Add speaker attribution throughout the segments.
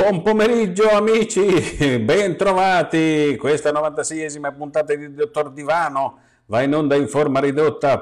Speaker 1: Buon pomeriggio amici, ben trovati. Questa è la 96esima puntata di Dottor Divano. Va in onda in forma ridotta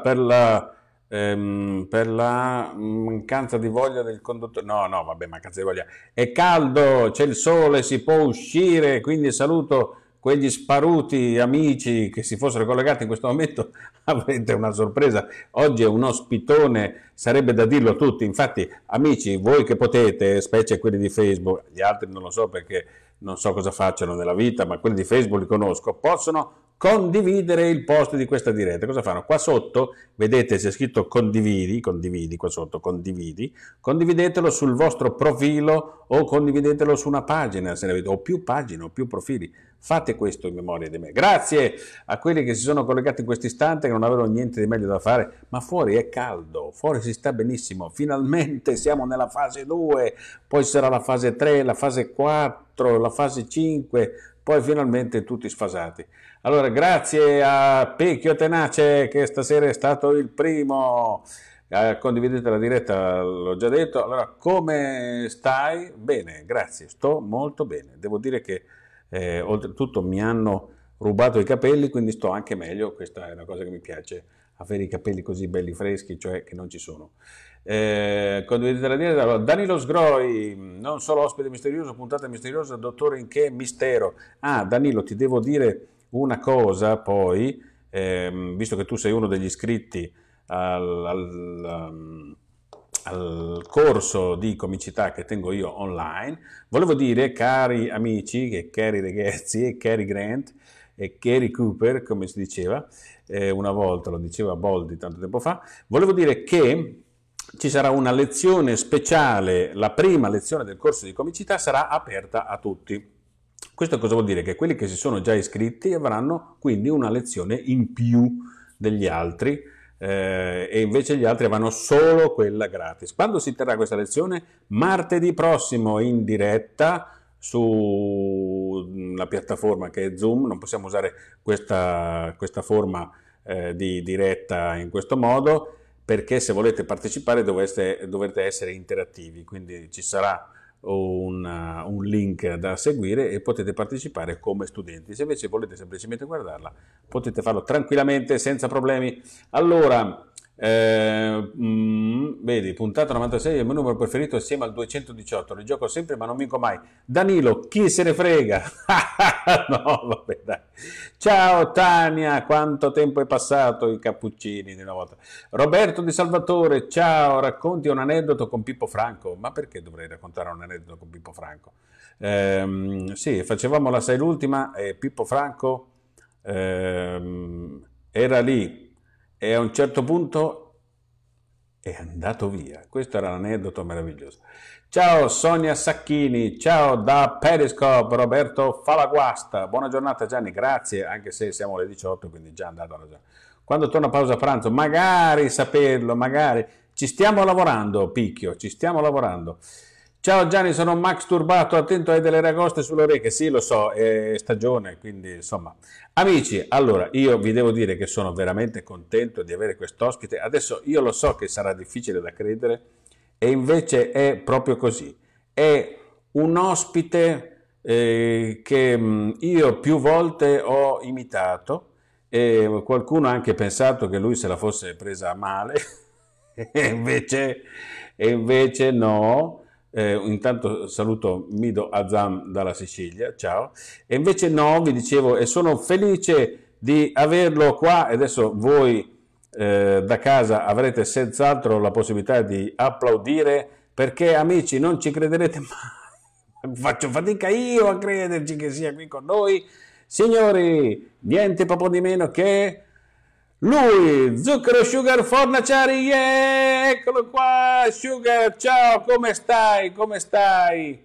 Speaker 1: per la mancanza di voglia del conduttore. No, vabbè, mancanza di voglia. È caldo, c'è il sole, si può uscire, quindi saluto quegli sparuti amici che si fossero collegati in questo momento. Avrete una sorpresa. Oggi è un ospitone, sarebbe da dirlo a tutti. Infatti, amici, voi che potete, specie quelli di Facebook, gli altri non lo so perché non so cosa facciano nella vita, ma quelli di Facebook li conosco, possono condividere il post di questa diretta. Cosa fanno? Qua sotto, vedete, c'è scritto condividi, qua sotto, condividetelo sul vostro profilo o condividetelo su una pagina, se ne avete, o più pagine, o più profili. Fate questo in memoria di me. Grazie a quelli che si sono collegati in questo istante, che non avevano niente di meglio da fare, ma fuori è caldo, fuori si sta benissimo. Finalmente siamo nella fase 2, poi sarà la fase 3, la fase 4, la fase 5, poi finalmente tutti sfasati. Allora, grazie a Pecchio Tenace che stasera è stato il primo. Condividete la diretta, l'ho già detto. Allora, come stai? Bene, grazie, sto molto bene. Devo dire che oltretutto mi hanno rubato i capelli, quindi sto anche meglio. Questa è una cosa che mi piace, avere i capelli così belli freschi, cioè che non ci sono. Condividete la diretta. Allora, Danilo Sgroi, non solo ospite misterioso, puntata misteriosa, dottore in che mistero. Danilo, ti devo dire una cosa poi, visto che tu sei uno degli iscritti al corso di comicità che tengo io online, volevo dire, cari amici, che cari ragazzi, e cari Grant e Cary Cooper, come si diceva una volta, lo diceva Boldi tanto tempo fa, volevo dire che ci sarà una lezione speciale, la prima lezione del corso di comicità sarà aperta a tutti. Questo cosa vuol dire? Che quelli che si sono già iscritti avranno quindi una lezione in più degli altri, e invece gli altri avranno solo quella gratis. Quando si terrà questa lezione? Martedì prossimo in diretta sulla piattaforma che è Zoom. Non possiamo usare questa forma di diretta in questo modo, perché se volete partecipare dovete essere interattivi, quindi ci sarà un link da seguire e potete partecipare come studenti. Se invece volete semplicemente guardarla, potete farlo tranquillamente senza problemi. Allora, vedi, puntata 96 è il mio numero preferito assieme al 218, li gioco sempre ma non vinco mai. Danilo, chi se ne frega? No, vabbè, dai. Ciao Tania, quanto tempo è passato, i cappuccini di una volta. Roberto Di Salvatore, ciao, racconti un aneddoto con Pippo Franco. Ma perché dovrei raccontare un aneddoto con Pippo Franco? Sì, facevamo la 6 l'ultima e Pippo Franco era lì e a un certo punto è andato via. Questo era un aneddoto meraviglioso. Ciao Sonia Sacchini, ciao da Periscope, Roberto Falaguasta, buona giornata Gianni, grazie, anche se siamo alle 18, quindi già andata la giornata. Quando torna a pausa pranzo, magari saperlo, magari, ci stiamo lavorando, Picchio, ci stiamo lavorando. Ciao Gianni, sono Max Turbato, attento hai delle ragoste sulle orecchie, sì lo so, è stagione, quindi insomma. Amici, allora io vi devo dire che sono veramente contento di avere quest'ospite, adesso io lo so che sarà difficile da credere, e invece è proprio così, è un ospite che io più volte ho imitato e qualcuno ha anche pensato che lui se la fosse presa a male, e invece no. Intanto saluto Mido Azam dalla Sicilia, ciao, e invece no, vi dicevo, e sono felice di averlo qua, e adesso voi da casa avrete senz'altro la possibilità di applaudire, perché amici non ci crederete mai, faccio fatica io a crederci che sia qui con noi, signori, niente proprio di meno che lui, Zucchero Sugar Fornaciari, yeah! Eccolo qua, Sugar, ciao, come stai? Come stai?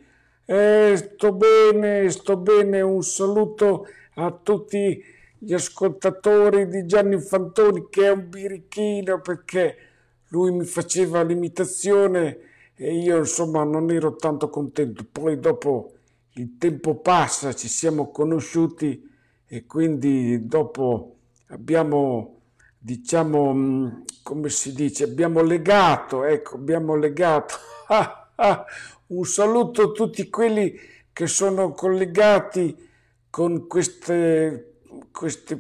Speaker 2: Sto bene, un saluto a tutti gli ascoltatori di Gianni Fantoni che è un birichino perché lui mi faceva l'imitazione e io insomma non ero tanto contento. Poi dopo il tempo passa, ci siamo conosciuti e quindi dopo abbiamo, diciamo, come si dice, abbiamo legato, ecco, abbiamo legato. Un saluto a tutti quelli che sono collegati con queste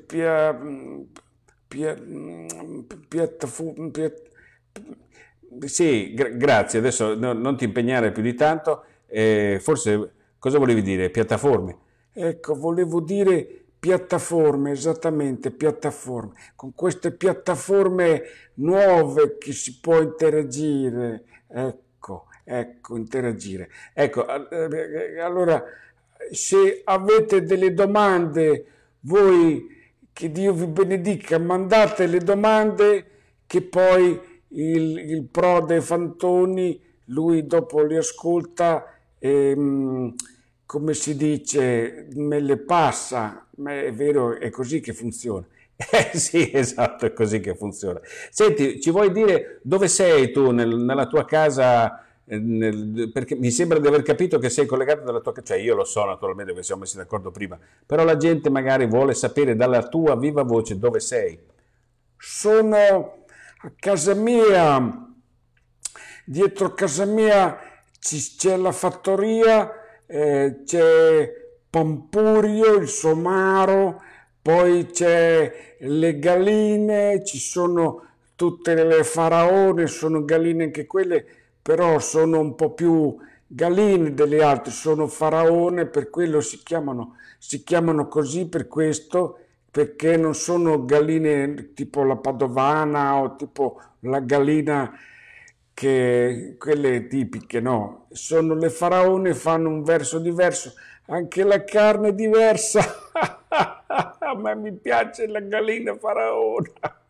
Speaker 2: piattaforme.
Speaker 1: Sì, grazie. Adesso non ti impegnare più di tanto. Forse cosa volevi dire? Piattaforme?
Speaker 2: Ecco, volevo dire piattaforme, esattamente, piattaforme. Con queste piattaforme nuove che si può interagire. Ecco, interagire. Ecco, allora, se avete delle domande, voi, che Dio vi benedica, mandate le domande che poi il prode Fantoni, lui dopo le ascolta e, come si dice, me le passa, ma è vero, è così che funziona.
Speaker 1: Sì, esatto, è così che funziona. Senti, ci vuoi dire dove sei tu nella tua casa? Perché mi sembra di aver capito che sei collegato dalla tua casa, cioè io lo so naturalmente perché siamo messi d'accordo prima, però la gente magari vuole sapere dalla tua viva voce dove sei.
Speaker 2: Sono a casa mia, dietro casa mia c'è la fattoria, c'è Pampurio, il somaro, poi c'è le galline, ci sono tutte le faraone, sono galline anche quelle, però sono un po' più galline delle altre, sono faraone, per quello si chiamano così per questo, perché non sono galline tipo la padovana o tipo la gallina che quelle tipiche, no, sono le faraone, fanno un verso diverso, anche la carne è diversa. A me mi piace la gallina faraona.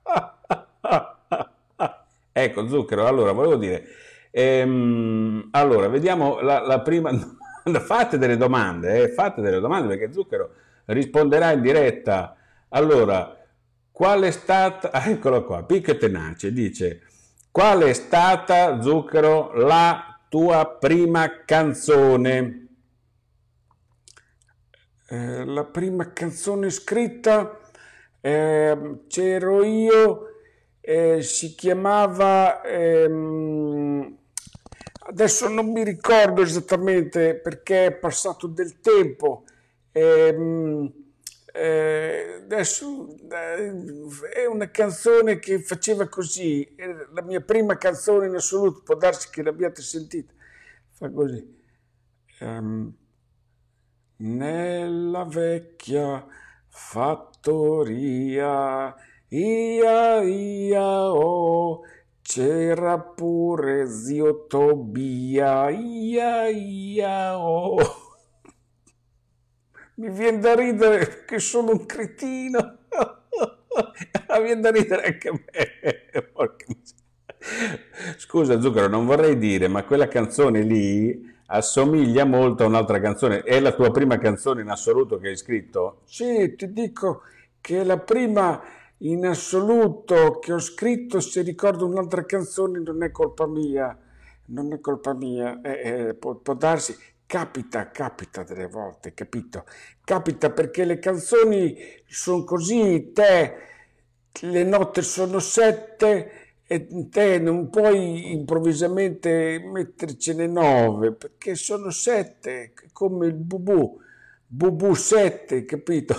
Speaker 1: Ecco, Zucchero, allora volevo dire, allora vediamo la prima domanda. Fate delle domande perché Zucchero risponderà in diretta. Allora, qual è stata, eccolo qua, Picco e Tenace dice, qual è stata, Zucchero, la tua prima canzone?
Speaker 2: La prima canzone scritta, c'ero io, si chiamava, adesso non mi ricordo esattamente perché è passato del tempo, adesso è una canzone che faceva così, è la mia prima canzone in assoluto, può darsi che l'abbiate sentita, fa così. Nella vecchia fattoria, oh, c'era pure zio Tobia, oh. Mi viene da ridere perché sono un cretino.
Speaker 1: Mi viene da ridere anche a me. Porca miseria. Scusa, Zucchero, non vorrei dire, ma quella canzone lì assomiglia molto a un'altra canzone. È la tua prima canzone in assoluto che hai scritto?
Speaker 2: Sì, ti dico che è la prima in assoluto che ho scritto, se ricordo un'altra canzone non è colpa mia, non è colpa mia, può darsi, capita delle volte, capito? Capita perché le canzoni sono così, le note sono 7 e te non puoi improvvisamente mettercene 9 perché sono 7, come il Bubù 7, capito?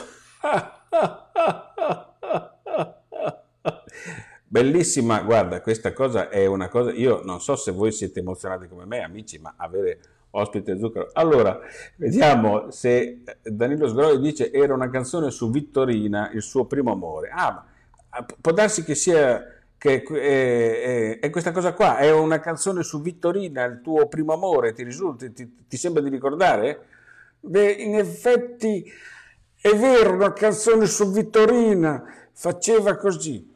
Speaker 1: Bellissima, guarda, questa cosa è una cosa, io non so se voi siete emozionati come me, amici, ma avere ospite Zucchero. Allora, vediamo se Danilo Sgroi dice era una canzone su Vittorina, il suo primo amore. Ah, ma può darsi che sia, che è questa cosa qua, è una canzone su Vittorina, il tuo primo amore, ti risulta, ti sembra di ricordare?
Speaker 2: Beh, in effetti è vero, una canzone su Vittorina faceva così.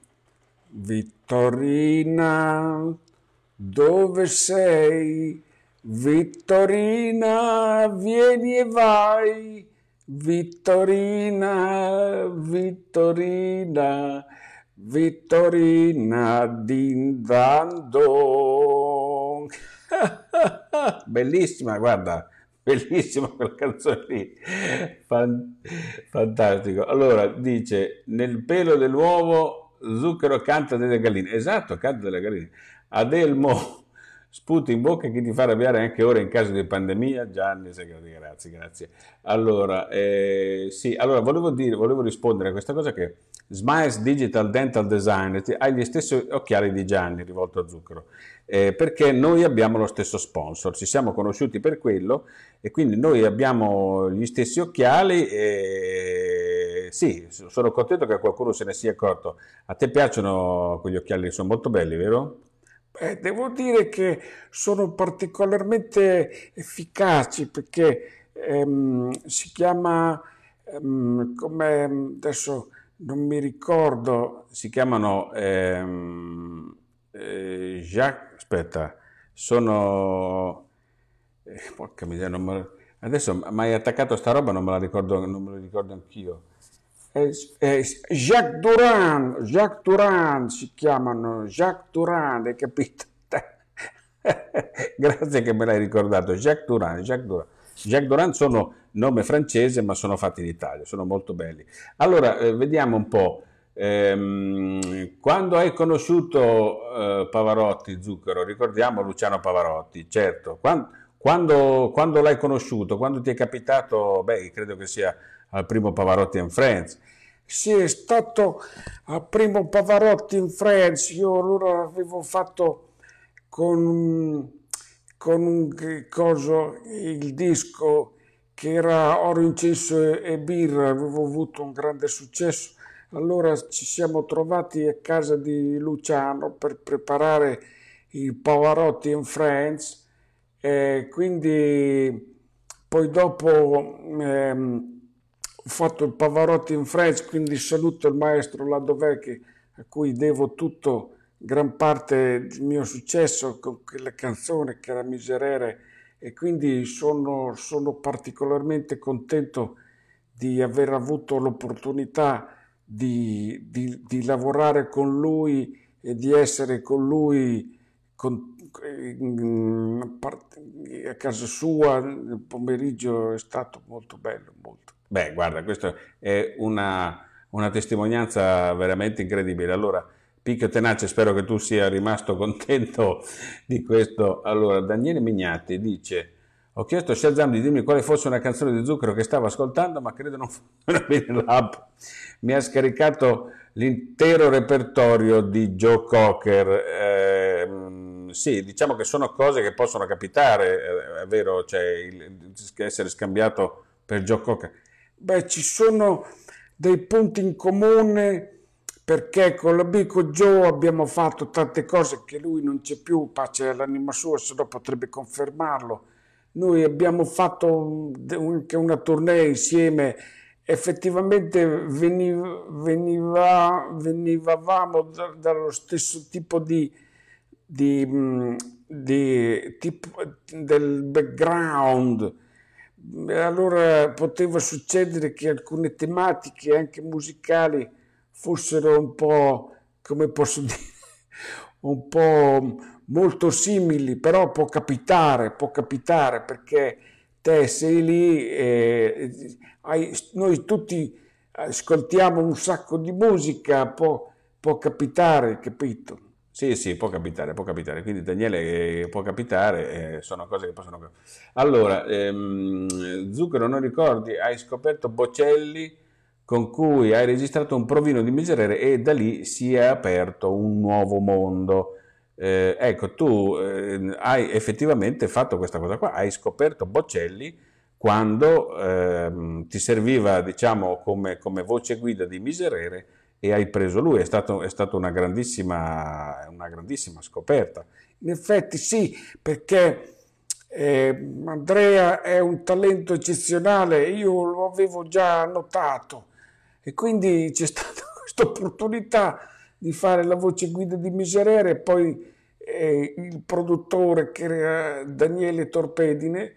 Speaker 2: Vittorina, dove sei? Vittorina, vieni e vai. Vittorina, Vittorina, Vittorina, din dan don.
Speaker 1: Bellissima, guarda, bellissima quella canzone lì. Fantastico. Allora, dice, nel pelo dell'uovo Zucchero canta delle galline. Esatto, canta delle galline. Adelmo Sputi in bocca che ti fa arrabbiare anche ora in caso di pandemia. Gianni, grazie, grazie. Allora, sì, allora volevo rispondere a questa cosa che Smiles Digital Dental Design ha gli stessi occhiali di Gianni, rivolto a Zucchero, perché noi abbiamo lo stesso sponsor, ci siamo conosciuti per quello e quindi noi abbiamo gli stessi occhiali e sì, sono contento che qualcuno se ne sia accorto. A te piacciono quegli occhiali, sono molto belli, vero?
Speaker 2: Devo dire che sono particolarmente efficaci perché si chiama, come adesso non mi ricordo.
Speaker 1: Si chiamano Jacques, aspetta, sono porca miseria, adesso mi hai attaccato sta roba, non me la ricordo, non me lo ricordo anch'io.
Speaker 2: Jacques Duran si chiamano, Jacques Duran, hai capito?
Speaker 1: Grazie che me l'hai ricordato, Jacques Durand, Jacques Durand. Jacques Durand sono nome francese ma sono fatti in Italia, sono molto belli. Allora, vediamo un po'. Quando hai conosciuto Pavarotti, Zucchero, ricordiamo Luciano Pavarotti, certo. Quando l'hai conosciuto, quando ti è capitato, beh, credo che sia al primo Pavarotti and Friends.
Speaker 2: Sì, è stato al primo Pavarotti in France. Io allora avevo fatto con, con un coso il disco che era Oro, Incenso e Birra, avevo avuto un grande successo. Allora ci siamo trovati a casa di Luciano per preparare il Pavarotti in France e quindi poi dopo ho fatto il Pavarotti in France, quindi saluto il maestro Ladovecchi a cui devo tutto, gran parte del mio successo con quella canzone che era Miserere e quindi sono particolarmente contento di aver avuto l'opportunità di lavorare con lui e di essere con lui a casa sua nel pomeriggio è stato molto bello, molto.
Speaker 1: Beh, guarda, questa è una testimonianza veramente incredibile. Allora, Picchio Tenace, spero che tu sia rimasto contento di questo. Allora, Daniele Mignati dice: Ho chiesto a Shazam di dirmi quale fosse una canzone di Zucchero che stavo ascoltando, ma credo non funzioni bene l'app. Mi ha scaricato l'intero repertorio di Joe Cocker. Sì, diciamo che sono cose che possono capitare, è vero, cioè essere scambiato per Joe Cocker.
Speaker 2: Beh, ci sono dei punti in comune perché con l'amico Joe abbiamo fatto tante cose che lui non c'è più, pace all'anima sua, se no potrebbe confermarlo. Noi abbiamo fatto anche una tournée insieme, effettivamente venivamo dallo stesso tipo del background. Allora poteva succedere che alcune tematiche anche musicali fossero un po', come posso dire, un po' molto simili, però può capitare perché te sei lì e noi tutti ascoltiamo un sacco di musica, può capitare, capito?
Speaker 1: Sì, sì, può capitare. Quindi Daniele può capitare, sono cose che possono capitare. Allora, Zucchero, non ricordi, hai scoperto Bocelli con cui hai registrato un provino di Miserere e da lì si è aperto un nuovo mondo. Ecco, tu hai effettivamente fatto questa cosa qua, hai scoperto Bocelli quando ti serviva, diciamo, come voce guida di Miserere e hai preso lui, è stata una grandissima scoperta.
Speaker 2: In effetti sì, perché Andrea è un talento eccezionale, io lo avevo già notato e quindi c'è stata questa opportunità di fare la voce guida di Miserere e poi il produttore che era Daniele Torpedine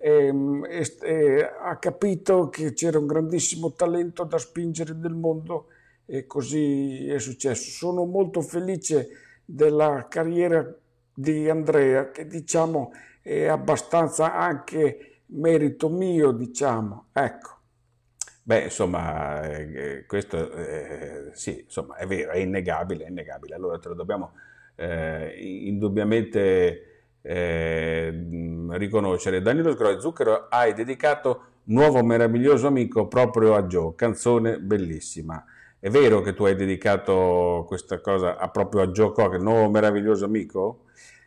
Speaker 2: ha capito che c'era un grandissimo talento da spingere nel mondo e così è successo. Sono molto felice della carriera di Andrea, che diciamo è abbastanza anche merito mio, diciamo. Ecco.
Speaker 1: Beh, insomma, questo sì, insomma, è vero, è innegabile, è innegabile. Allora te lo dobbiamo indubbiamente riconoscere. Danilo Sgroi, Zucchero, hai dedicato Nuovo meraviglioso amico proprio a Joe, canzone bellissima. È vero che tu hai dedicato questa cosa proprio a Joe Cocker, Nuovo meraviglioso amico?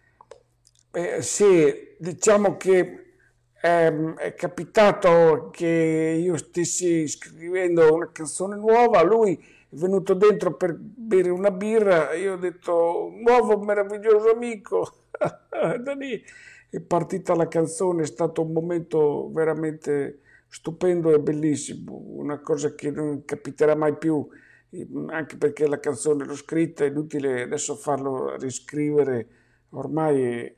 Speaker 2: Sì, diciamo che è capitato che io stessi scrivendo una canzone nuova, lui è venuto dentro per bere una birra, io ho detto nuovo meraviglioso amico, da lì è partita la canzone, è stato un momento veramente stupendo e bellissimo, una cosa che non capiterà mai più, anche perché la canzone l'ho scritta, è inutile adesso farlo riscrivere, ormai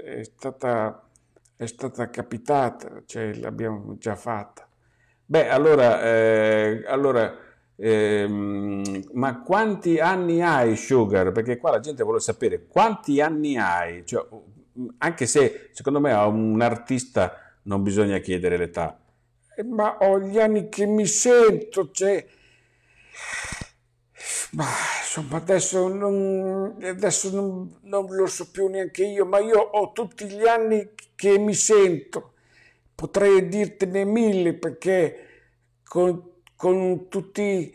Speaker 2: è stata capitata, cioè l'abbiamo già fatta.
Speaker 1: Beh, ma quanti anni hai, Sugar? Perché qua la gente vuole sapere quanti anni hai. Cioè, anche se secondo me a un artista non bisogna chiedere l'età.
Speaker 2: Ma ho gli anni che mi sento, cioè, ma insomma non lo so più neanche io, ma io ho tutti gli anni che mi sento. Potrei dirtene mille perché con tutti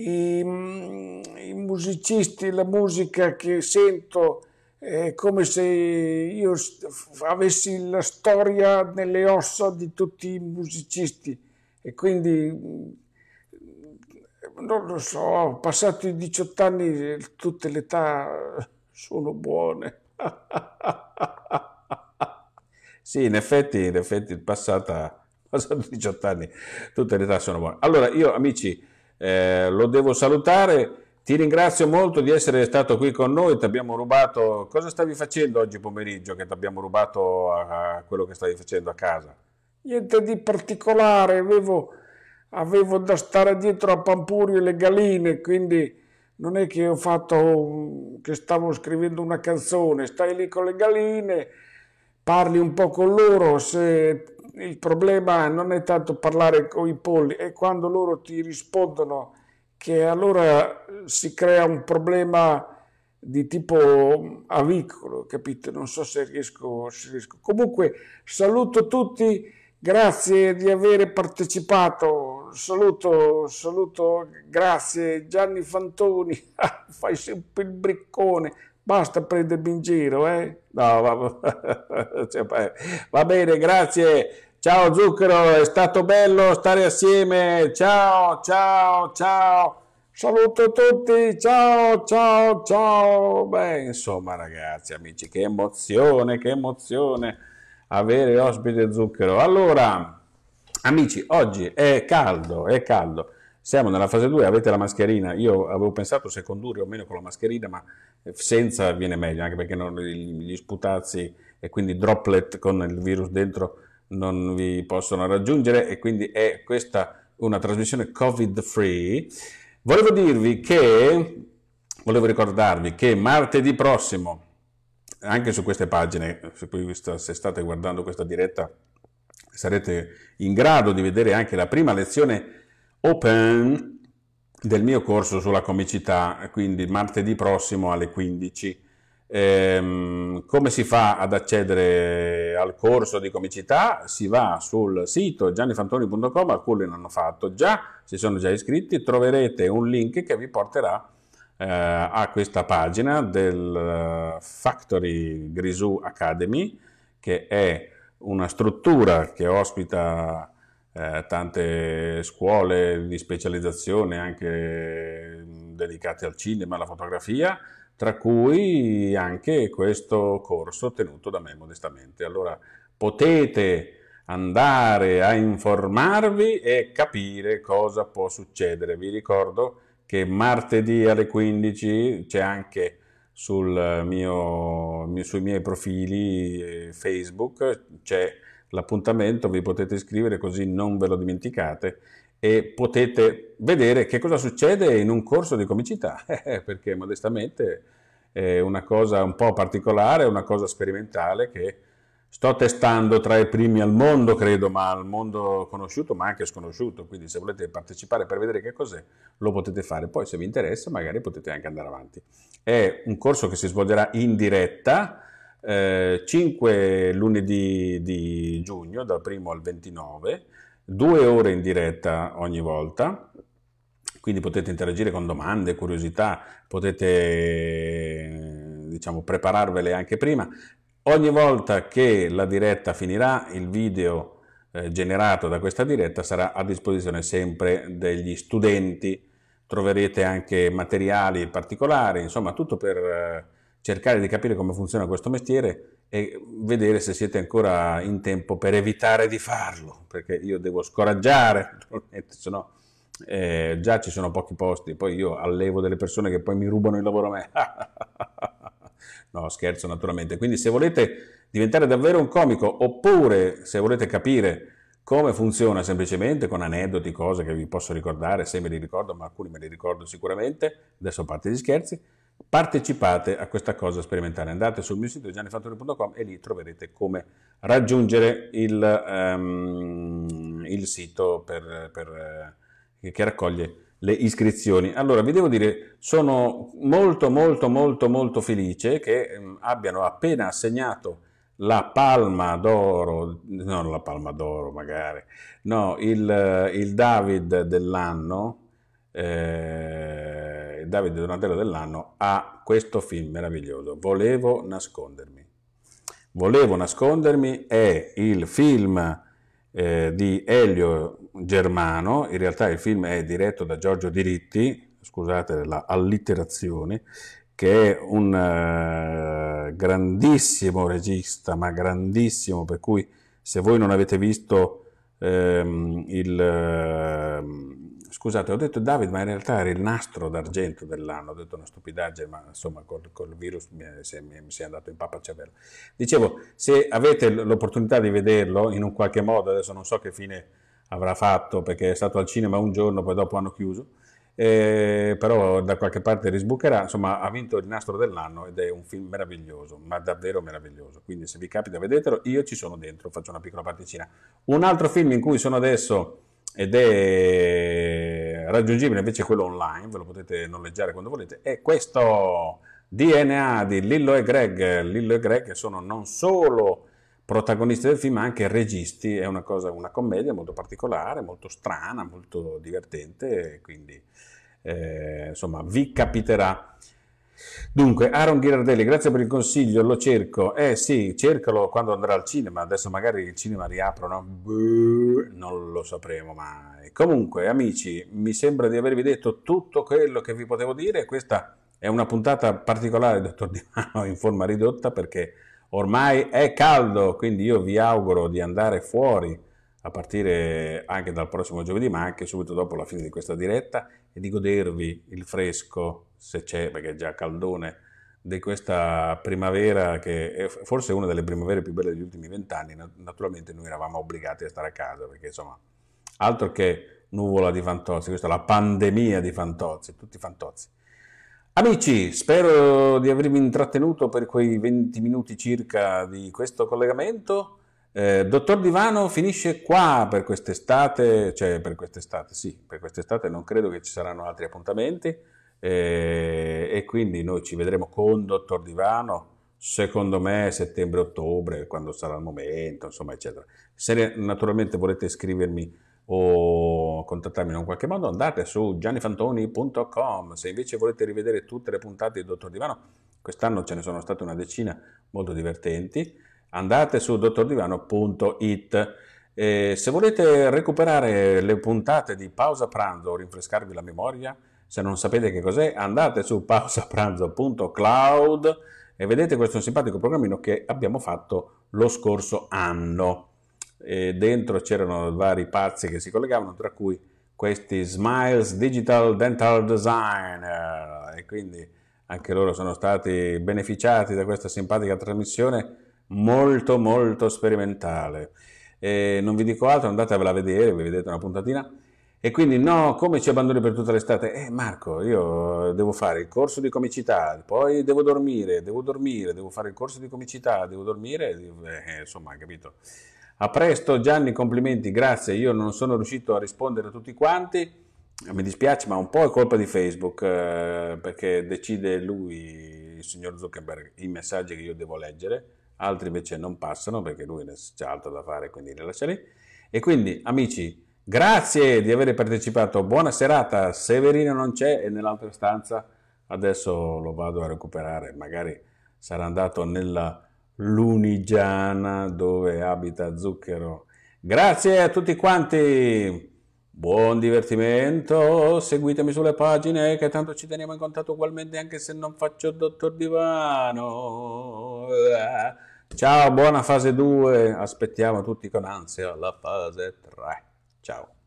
Speaker 2: i musicisti, la musica che sento, è come se io avessi la storia nelle ossa di tutti i musicisti e quindi non lo so, passati i 18 anni tutte le età sono buone.
Speaker 1: Sì, in effetti, passata 18 anni, tutte le età sono buone. Allora, io, amici, lo devo salutare. Ti ringrazio molto di essere stato qui con noi. Ti abbiamo rubato. Cosa stavi facendo oggi pomeriggio che ti abbiamo rubato a quello che stavi facendo a casa?
Speaker 2: Niente di particolare, avevo da stare dietro a Pampurio e le galline, quindi non è che ho fatto, che stavo scrivendo una canzone, stai lì con le galline, parli un po' con loro, se il problema non è tanto parlare con i polli, è quando loro ti rispondono che allora si crea un problema di tipo avicolo, capito? Non so se riesco. Comunque saluto tutti, grazie di aver partecipato. Saluto, grazie Gianni Fantoni, fai sempre il briccone. Basta prendermi in giro, eh?
Speaker 1: No, cioè, va bene, grazie. Ciao Zucchero, è stato bello stare assieme. Ciao, ciao, ciao.
Speaker 2: Saluto tutti, ciao, ciao, ciao.
Speaker 1: Beh, insomma, ragazzi, amici, che emozione avere ospite Zucchero. Allora, amici, oggi è caldo, è caldo. Siamo nella fase 2, avete la mascherina. Io avevo pensato se condurre o meno con la mascherina, ma senza viene meglio, anche perché gli sputazzi e quindi droplet con il virus dentro non vi possono raggiungere e quindi è questa una trasmissione COVID-free. Volevo ricordarvi che martedì prossimo, anche su queste pagine, se state guardando questa diretta, sarete in grado di vedere anche la prima lezione open del mio corso sulla comicità, quindi martedì prossimo alle 15. Come si fa ad accedere al corso di comicità? Si va sul sito giannifantoni.com, alcuni l'hanno fatto già, si sono già iscritti, troverete un link che vi porterà a questa pagina del Factory Grisù Academy, che è una struttura che ospita tante scuole di specializzazione anche dedicate al cinema e alla fotografia, tra cui anche questo corso tenuto da me modestamente. Allora potete andare a informarvi e capire cosa può succedere. Vi ricordo che martedì alle 15 c'è anche sui miei profili Facebook, c'è l'appuntamento, vi potete iscrivere così non ve lo dimenticate e potete vedere che cosa succede in un corso di comicità, perché modestamente è una cosa un po' particolare, una cosa sperimentale che sto testando tra i primi al mondo, credo, ma al mondo conosciuto, ma anche sconosciuto, quindi se volete partecipare per vedere che cos'è, lo potete fare. Poi se vi interessa, magari potete anche andare avanti. È un corso che si svolgerà in diretta, 5 lunedì di giugno, dal 1 al 29, 2 ore in diretta ogni volta, quindi potete interagire con domande, curiosità, potete diciamo prepararvele anche prima. Ogni volta che la diretta finirà, il video generato da questa diretta sarà a disposizione sempre degli studenti. Troverete anche materiali particolari, insomma tutto per cercare di capire come funziona questo mestiere e vedere se siete ancora in tempo per evitare di farlo, perché io devo scoraggiare, se no già ci sono pochi posti, poi io allevo delle persone che poi mi rubano il lavoro a me. No, scherzo naturalmente. Quindi se volete diventare davvero un comico, oppure se volete capire come funziona semplicemente con aneddoti, cose che vi posso ricordare, se me li ricordo, ma alcuni me li ricordo sicuramente, adesso a parte gli scherzi, partecipate a questa cosa sperimentale. Andate sul mio sito giannifantori.com e lì troverete come raggiungere il sito che raccoglie le iscrizioni. Allora, vi devo dire, sono molto felice che abbiano appena assegnato la Palma d'Oro, non la Palma d'Oro magari, no, il David dell'anno, il David Donatello dell'anno a questo film meraviglioso, Volevo nascondermi. Volevo nascondermi è il film di Elio Germano, in realtà il film è diretto da Giorgio Diritti, scusate la allitterazione, che è un grandissimo regista, ma grandissimo, per cui se voi non avete visto scusate, ho detto David, ma in realtà era il Nastro d'argento dell'anno, ho detto una stupidaggine, ma insomma col virus mi si è andato in pappa al cervello. Dicevo, se avete l'opportunità di vederlo in un qualche modo, adesso non so che fine avrà fatto, perché è stato al cinema un giorno, poi dopo hanno chiuso, però da qualche parte risbucherà, insomma ha vinto il Nastro dell'anno ed è un film meraviglioso, ma davvero meraviglioso, quindi se vi capita vedetelo, io ci sono dentro, faccio una piccola particina. Un altro film in cui sono adesso ed è raggiungibile invece quello online, ve lo potete noleggiare quando volete, è questo DNA di Lillo e Greg. Lillo e Greg sono non solo protagonisti del film ma anche registi, è una commedia molto particolare, molto strana, molto divertente, quindi insomma vi capiterà. Dunque, Aaron Ghirardelli, grazie per il consiglio, lo cerco. Sì, cercalo quando andrà al cinema, adesso magari il cinema riaprono, non lo sapremo mai. Comunque, amici, mi sembra di avervi detto tutto quello che vi potevo dire. Questa è una puntata particolare, dottor Di Mano, in forma ridotta, perché ormai è caldo, quindi io vi auguro di andare fuori a partire anche dal prossimo giovedì, ma anche subito dopo la fine di questa diretta, e di godervi il fresco, se c'è, perché è già caldone, di questa primavera, che è forse una delle primavere più belle degli ultimi 20 anni. Naturalmente noi eravamo obbligati a stare a casa, perché insomma, altro che nuvola di Fantozzi, questa è la pandemia di Fantozzi, tutti Fantozzi. Amici, spero di avervi intrattenuto per quei 20 minuti circa di questo collegamento. Dottor Divano finisce qua per quest'estate, cioè per quest'estate, sì, per quest'estate non credo che ci saranno altri appuntamenti, e quindi noi ci vedremo con Dottor Divano, secondo me settembre-ottobre, quando sarà il momento, insomma, eccetera. Se naturalmente volete scrivermi o contattarmi in un qualche modo, andate su giannifantoni.com. Se invece volete rivedere tutte le puntate di Dottor Divano, quest'anno ce ne sono state una decina molto divertenti, andate su dottordivano.it. Se volete recuperare le puntate di Pausa Pranzo o rinfrescarvi la memoria, se non sapete che cos'è, andate su pausapranzo.cloud e vedete questo simpatico programmino che abbiamo fatto lo scorso anno. E dentro c'erano vari pazzi che si collegavano, tra cui questi Smiles Digital Dental Designer, e quindi anche loro sono stati beneficiati da questa simpatica trasmissione molto sperimentale. Non vi dico altro, andatevela a vedere, vi vedete una puntatina. E quindi no, come ci abbandoni per tutta l'estate? Marco, io devo fare il corso di comicità, poi devo dormire, devo fare il corso di comicità, devo dormire, insomma, capito? A presto Gianni, complimenti, grazie. Io non sono riuscito a rispondere a tutti quanti, mi dispiace, ma un po' è colpa di Facebook, perché decide lui il signor Zuckerberg i messaggi che io devo leggere, altri invece non passano perché lui c'ha altro da fare, quindi li lascia lì. E quindi, amici, grazie di aver partecipato, buona serata. Severino non c'è, è nell'altra stanza, adesso lo vado a recuperare, magari sarà andato nella Lunigiana dove abita Zucchero. Grazie a tutti quanti, buon divertimento, seguitemi sulle pagine che tanto ci teniamo in contatto ugualmente anche se non faccio il dottor Divano. Ciao, buona fase 2, aspettiamo tutti con ansia la fase 3. Ciao.